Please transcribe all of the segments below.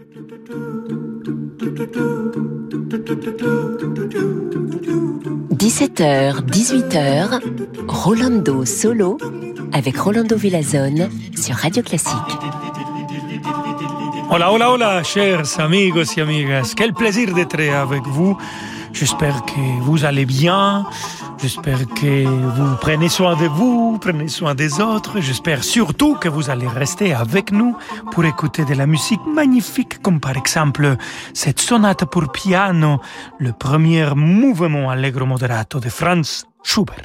17h, 18h, Rolando Solo avec Rolando Villazone sur Radio Classique. Hola, hola, hola, chers amigos y amigas. Quel plaisir d'être avec vous. J'espère que vous allez bien. J'espère que vous prenez soin de vous, prenez soin des autres. J'espère surtout que vous allez rester avec nous pour écouter de la musique magnifique, comme par exemple cette sonate pour piano, le premier mouvement allegro moderato de Franz Schubert.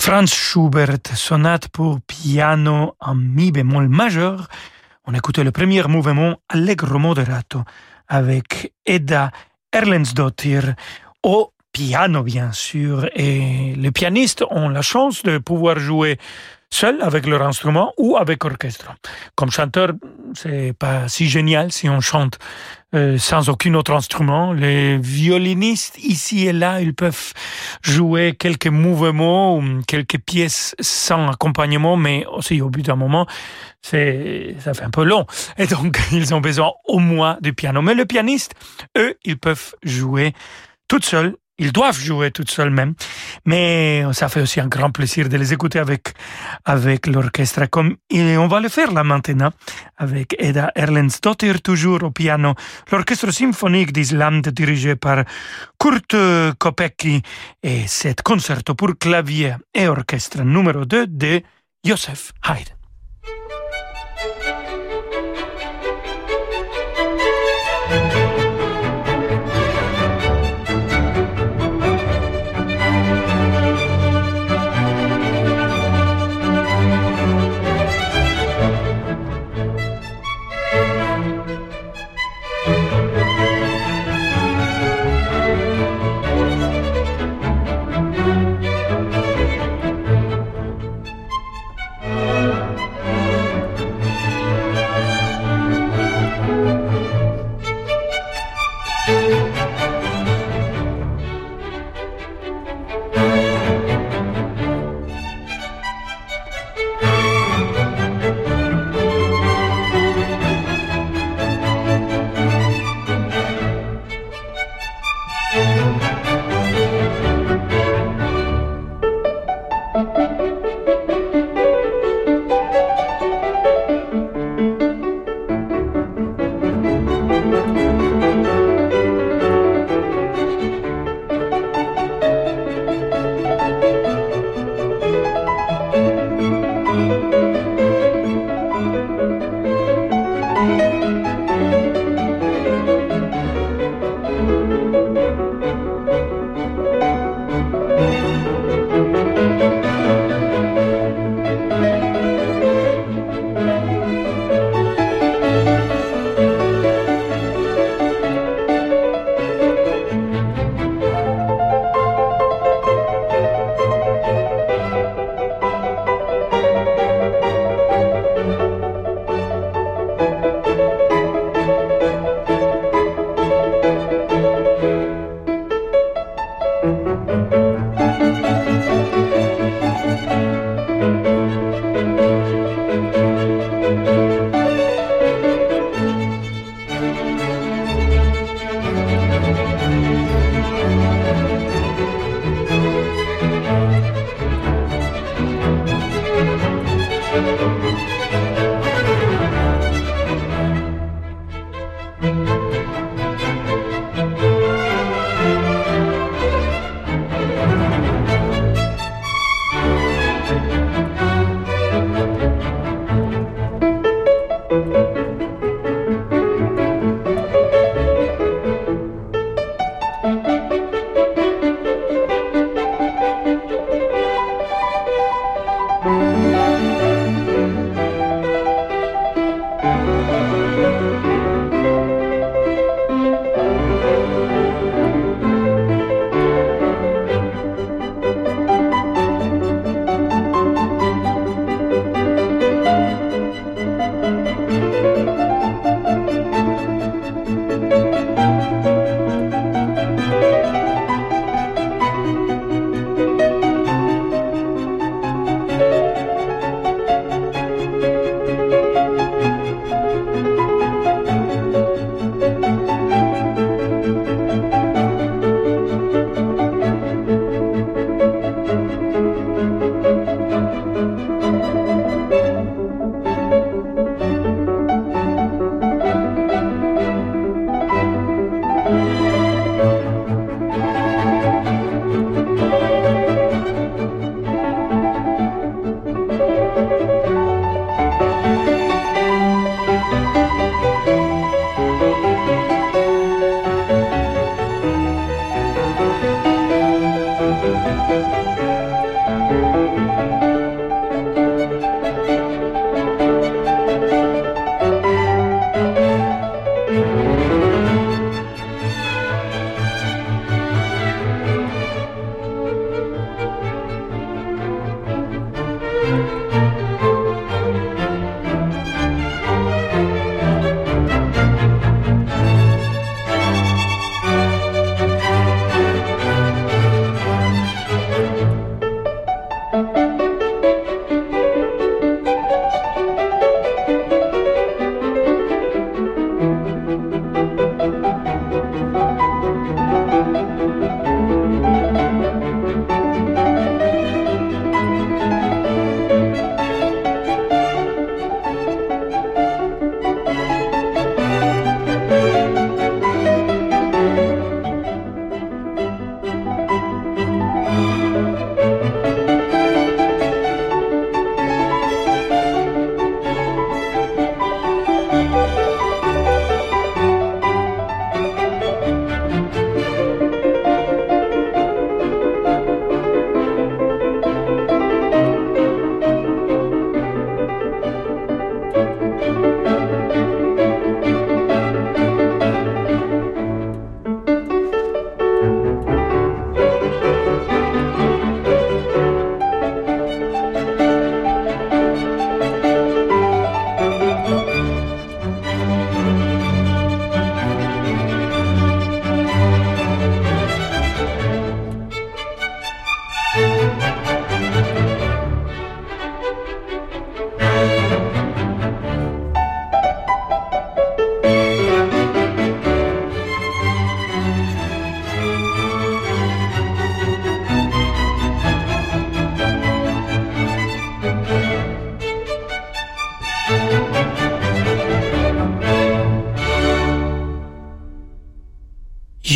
Franz Schubert, sonate pour piano en mi bémol majeur. On écoutait le premier mouvement Allegro moderato avec Edda Erlendsdottir au piano bien sûr. Et les pianistes ont la chance de pouvoir jouer seuls avec leur instrument ou avec orchestre. Comme chanteur, c'est pas si génial si on chante sans aucun autre instrument. Les violinistes ici et là, ils peuvent jouer quelques mouvements ou quelques pièces sans accompagnement, mais aussi au bout d'un moment, ça fait un peu long. Et donc, ils ont besoin au moins du piano. Mais les pianistes, eux, ils peuvent jouer tout seuls. Ils doivent jouer tout seuls même, mais ça fait aussi un grand plaisir de les écouter avec l'orchestre. Et on va le faire là maintenant avec Edda Erlendsdottir, toujours au piano. L'orchestre symphonique d'Islande dirigé par Kurt Kopecky et cet concerto pour clavier et orchestre numéro 2 de Joseph Haydn.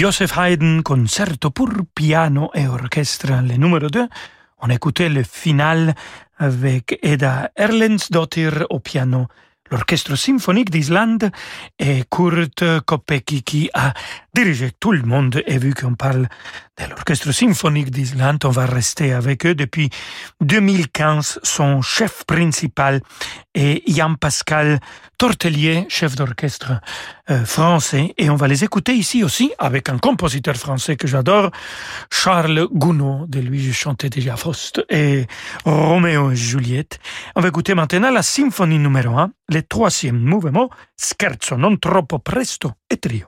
Joseph Haydn, concerto pour piano et orchestre, le numéro 2. On écoutait le final avec Eda Erlendsdottir au piano, l'Orchestre symphonique d'Islande et Kurt Kopecky qui a dirigé tout le monde. Et vu qu'on parle de l'Orchestre symphonique d'Islande, on va rester avec eux depuis 2015. Son chef principal est Jan-Pascal Tortelier, chef d'orchestre français. Et on va les écouter ici aussi avec un compositeur français que j'adore, Charles Gounod. De lui, je chantais déjà Faust et Roméo et Juliette. On va écouter maintenant la symphonie numéro 1, le troisième mouvement, Scherzo non troppo presto et trio.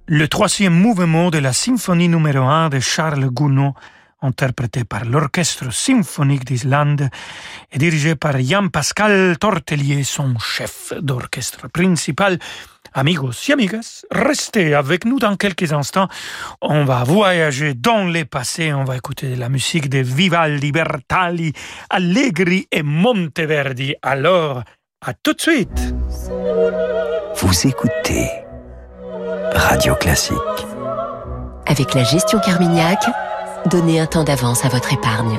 le troisième mouvement de la symphonie numéro 1 de Charles Gounod, interprété par l'Orchestre symphonique d'Islande et dirigé par Jean-Pascal Tortelier, son chef d'orchestre principal. Amigos et amigas, restez avec nous dans quelques instants. On va voyager dans le passé, on va écouter la musique de Vivaldi, Bertali, Allegri et Monteverdi. Alors, à tout de suite. Vous écoutez Radio Classique. Avec la gestion Carmignac, donnez un temps d'avance à votre épargne.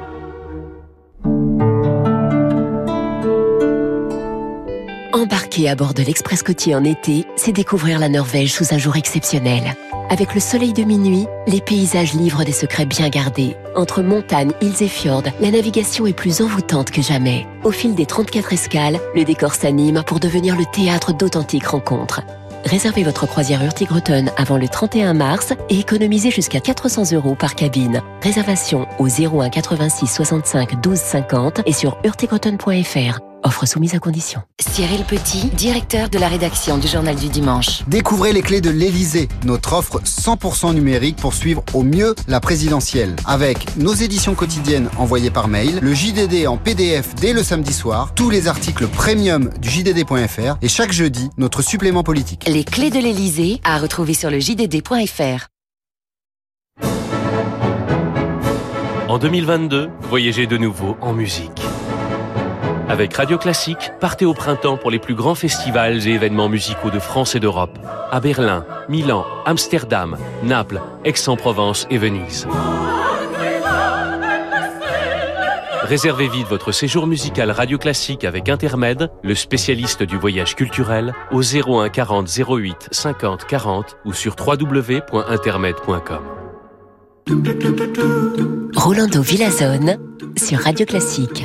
Embarquer à bord de l'Express côtier en été, c'est découvrir la Norvège sous un jour exceptionnel. Avec le soleil de minuit, les paysages livrent des secrets bien gardés. Entre montagnes, îles et fjords, la navigation est plus envoûtante que jamais. Au fil des 34 escales, le décor s'anime pour devenir le théâtre d'authentiques rencontres. Réservez votre croisière Hurtigruten avant le 31 mars et économisez jusqu'à 400 € par cabine. Réservation au 01 86 65 12 50 et sur hurtigruten.fr. Offre soumise à condition. Cyril Petit, directeur de la rédaction du Journal du Dimanche. Découvrez les clés de l'Élysée, notre offre 100% numérique pour suivre au mieux la présidentielle. Avec nos éditions quotidiennes envoyées par mail, le JDD en PDF dès le samedi soir, tous les articles premium du JDD.fr et chaque jeudi, notre supplément politique. Les clés de l'Élysée à retrouver sur le JDD.fr. En 2022, voyagez de nouveau en musique. Avec Radio Classique, partez au printemps pour les plus grands festivals et événements musicaux de France et d'Europe. À Berlin, Milan, Amsterdam, Naples, Aix-en-Provence et Venise. Réservez vite votre séjour musical Radio Classique avec Intermed, le spécialiste du voyage culturel, au 01 40 08 50 40 ou sur www.intermed.com. Rolando Villazone sur Radio Classique.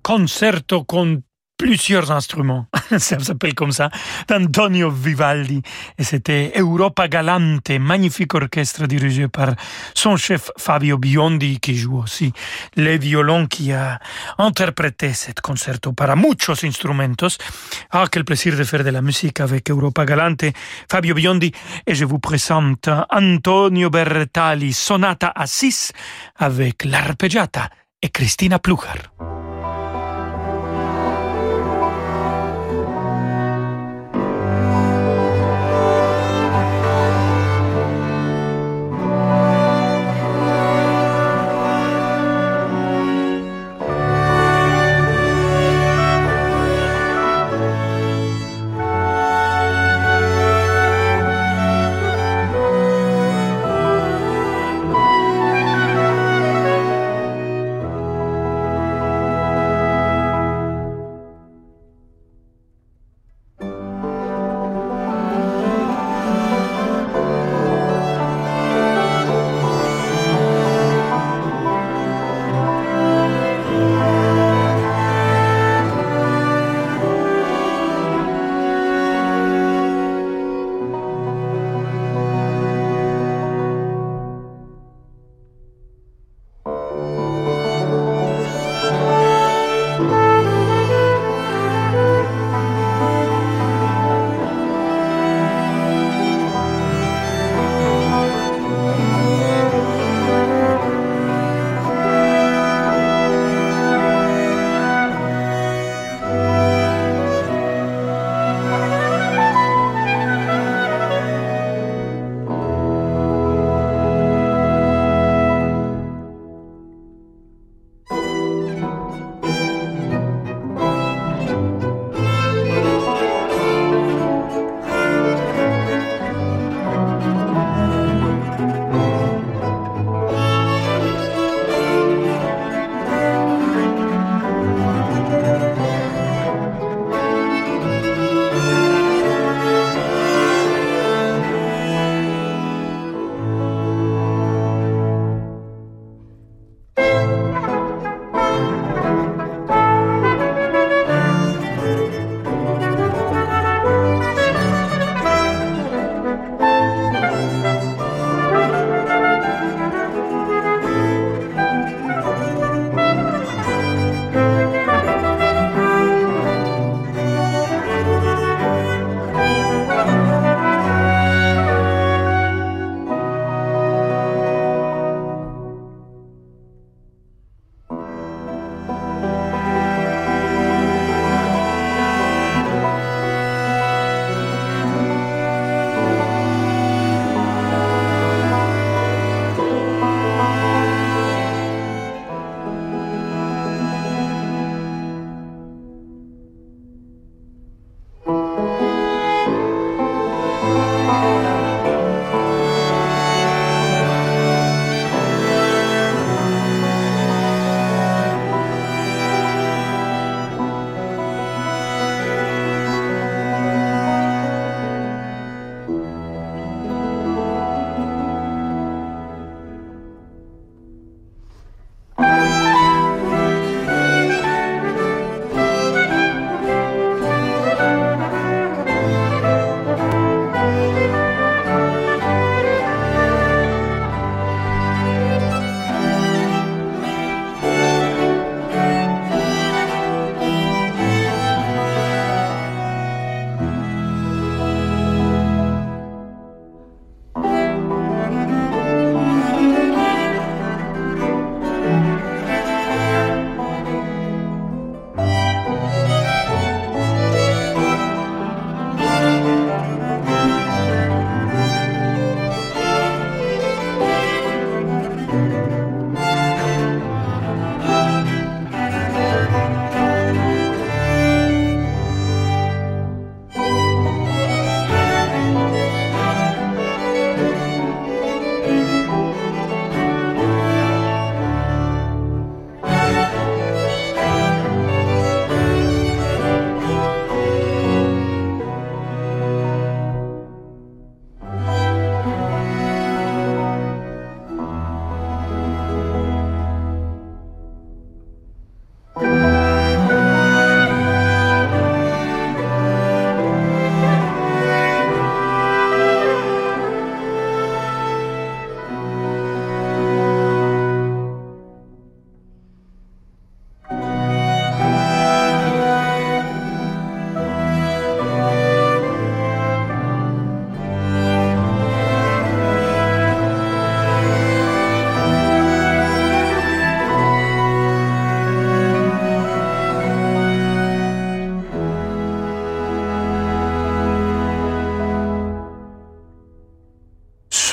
concerto con plusieurs instruments, ça s'appelle comme ça, d'Antonio Vivaldi. Et c'était Europa Galante, magnifique orchestre dirigé par son chef Fabio Biondi, qui joue aussi les violons, qui a interprété cet concerto para muchos instrumentos. Ah, quel plaisir de faire de la musique avec Europa Galante, Fabio Biondi. Et je vous présente Antonio Bertali, Sonata à 6, avec l'arpeggiata et Cristina Plucher.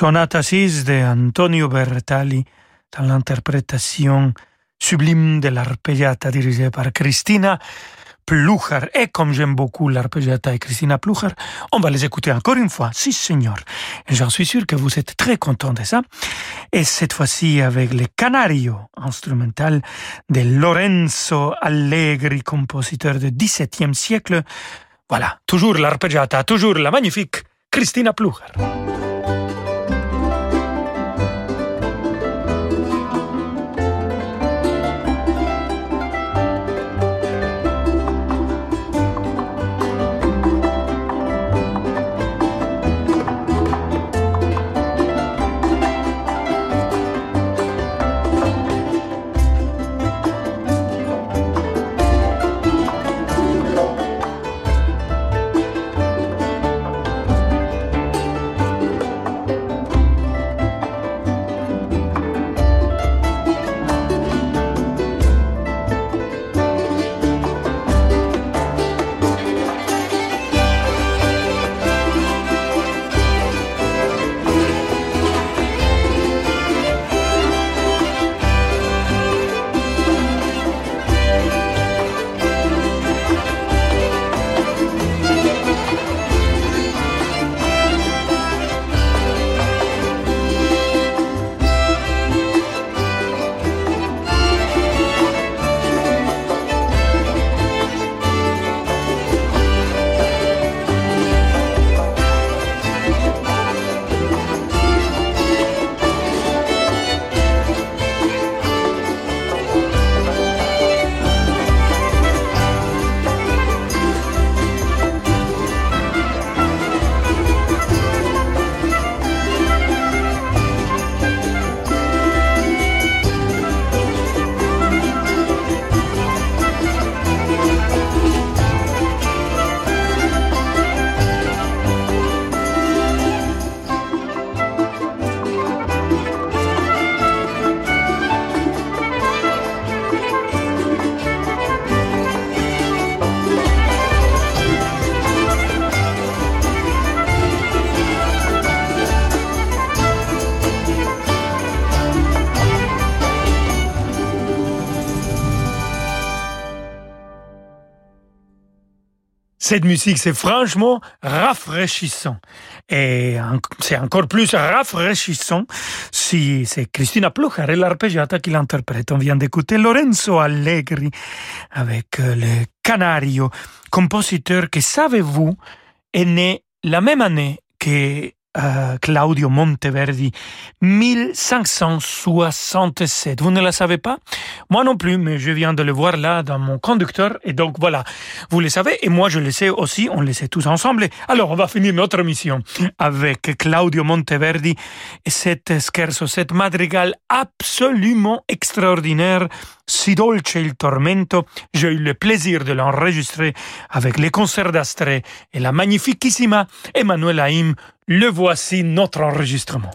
Sonata 6 de Antonio Bertali dans l'interprétation sublime de l'arpeggiata dirigée par Christina Plucher. Et comme j'aime beaucoup l'arpeggiata et Christina Plucher, on va les écouter encore une fois, si signor. Et j'en suis sûr que vous êtes très contents de ça. Et cette fois-ci avec le Canario instrumental de Lorenzo Allegri, compositeur du XVIIe siècle. Voilà, toujours l'arpeggiata, toujours la magnifique Christina Plucher. Cette musique, c'est franchement rafraîchissant. Et c'est encore plus rafraîchissant si c'est Christina Plucher et l'arpeggiata qui l'interprète. On vient d'écouter Lorenzo Allegri avec le Canario, compositeur que, savez-vous, est né la même année que Claudio Monteverdi, 1567. Vous ne la savez pas? Moi non plus, mais je viens de le voir là dans mon conducteur. Et donc voilà, vous le savez, et moi je le sais aussi, on le sait tous ensemble. Alors on va finir notre mission avec Claudio Monteverdi et cette scherzo, cette madrigal absolument extraordinaire, Si dolce il tormento. J'ai eu le plaisir de l'enregistrer avec les concerts d'Astrée et la magnifiquissima Emmanuel Haïm. Le voici, notre enregistrement.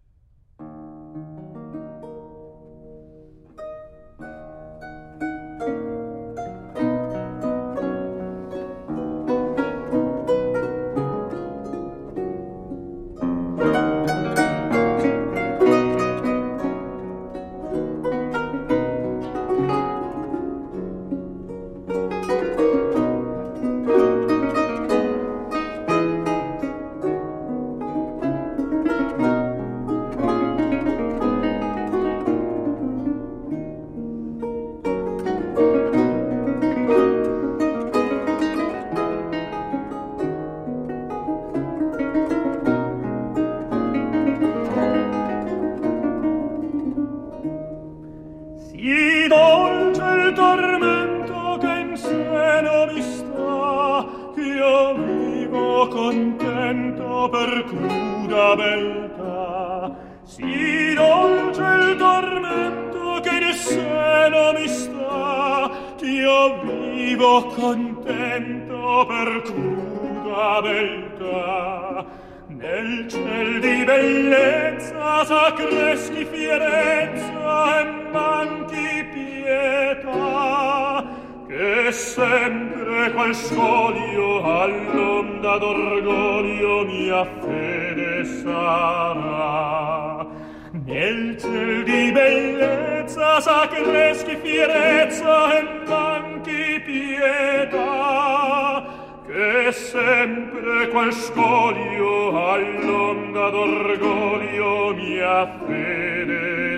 Nel ciel di bellezza s'accreschi fierezza e manchi pietà, che sempre qual scoglio all'onda d'orgoglio mia fede sarà. Nel ciel di bellezza, sacreschi fierezza e manchi pietà, che sempre qual scoglio all'onda d'orgoglio mia fede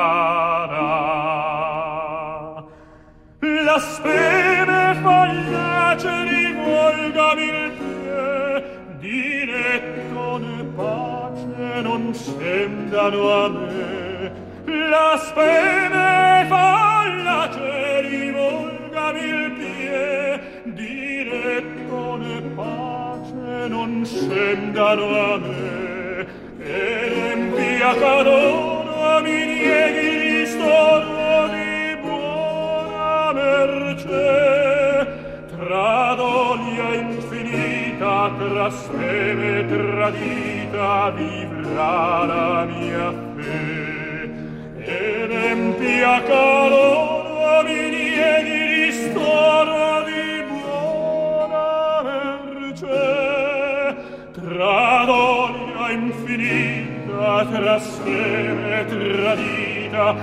sarà. La speme fallace rivolgami il pie, diletto né pace non scendano a me. La speme fallace rivolgami il pie, diletto né pace non scendano a me. Ed empia cadono mi nieghi ristoro di buona mercé, tra doglia infinita, tra speme tradita vivrà la mia fe. Ed empia cadono mi nieghi ristoro di buona mercé, tra doglia infinita, tra speme tradita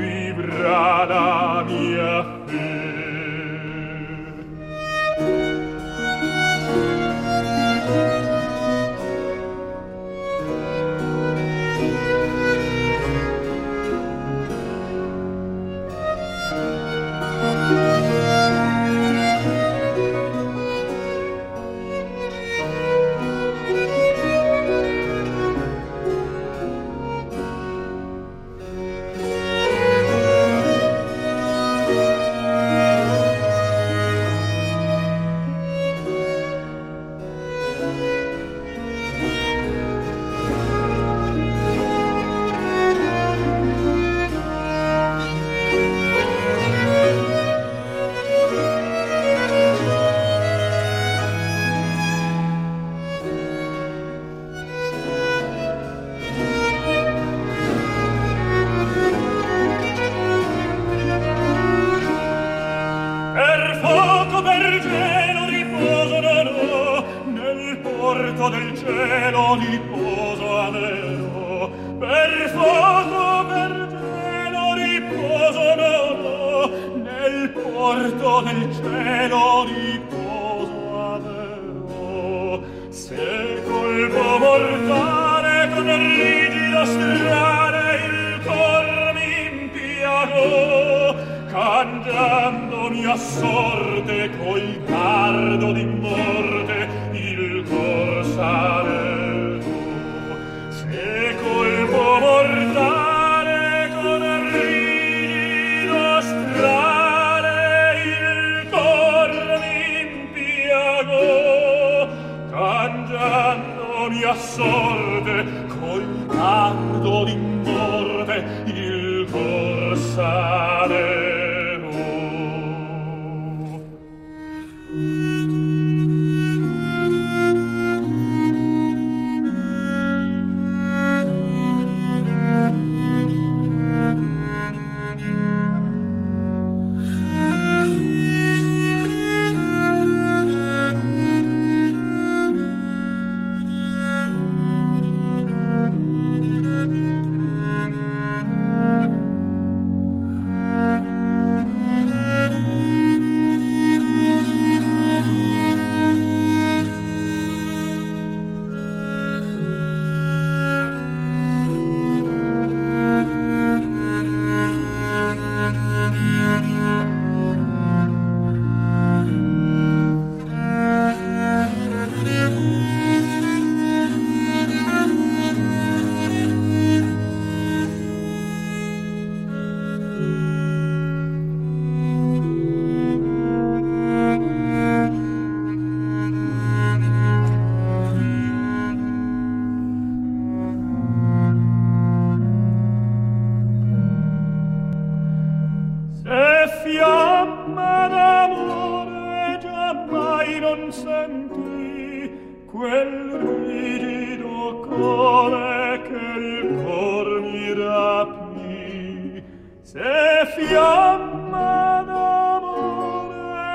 vivrà la mia fe. Se fiamma d'amore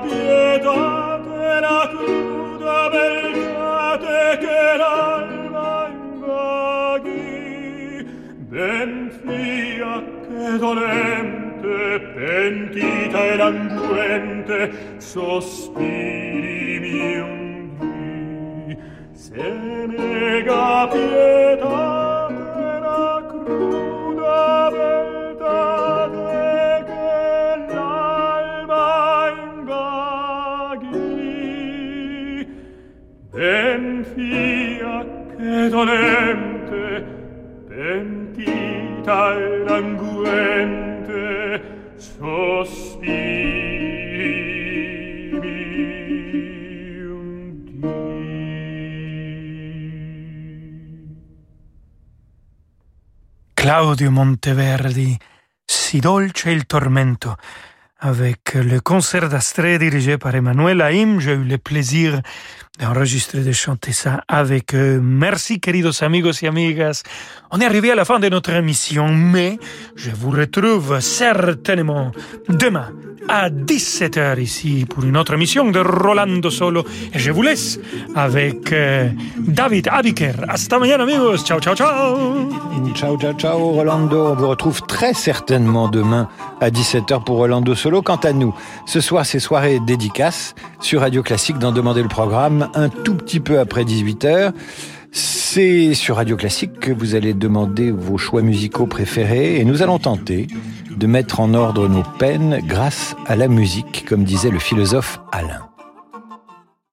pietate la cruda beltate che l'alba invaghi, ben fia che dolente, pentita e languente, sospiri miei. Se nega pietate la cruda beltate che l'alba invaghi, ben fia che dolente, pentita e languente, sospiri un dì. Claudio Monteverdi, Si dolce il tormento, avec le concert d'Astrée dirigé par Emmanuel Haïm. J'ai eu le plaisir d'enregistrer, de chanter ça avec eux. Merci, queridos amigos y amigas. On est arrivé à la fin de notre émission, mais je vous retrouve certainement demain à 17h ici pour une autre émission de Rolando Solo. Et je vous laisse avec David Abiker. Hasta mañana, amigos. Ciao, ciao, ciao. Ciao, ciao, ciao, Rolando. On vous retrouve très certainement demain à 17h pour Rolando Solo. Quant à nous, ce soir, c'est soirée dédicace sur Radio Classique d'en demander le programme un tout petit peu après 18h. C'est sur Radio Classique que vous allez demander vos choix musicaux préférés et nous allons tenter de mettre en ordre nos peines grâce à la musique, comme disait le philosophe Alain.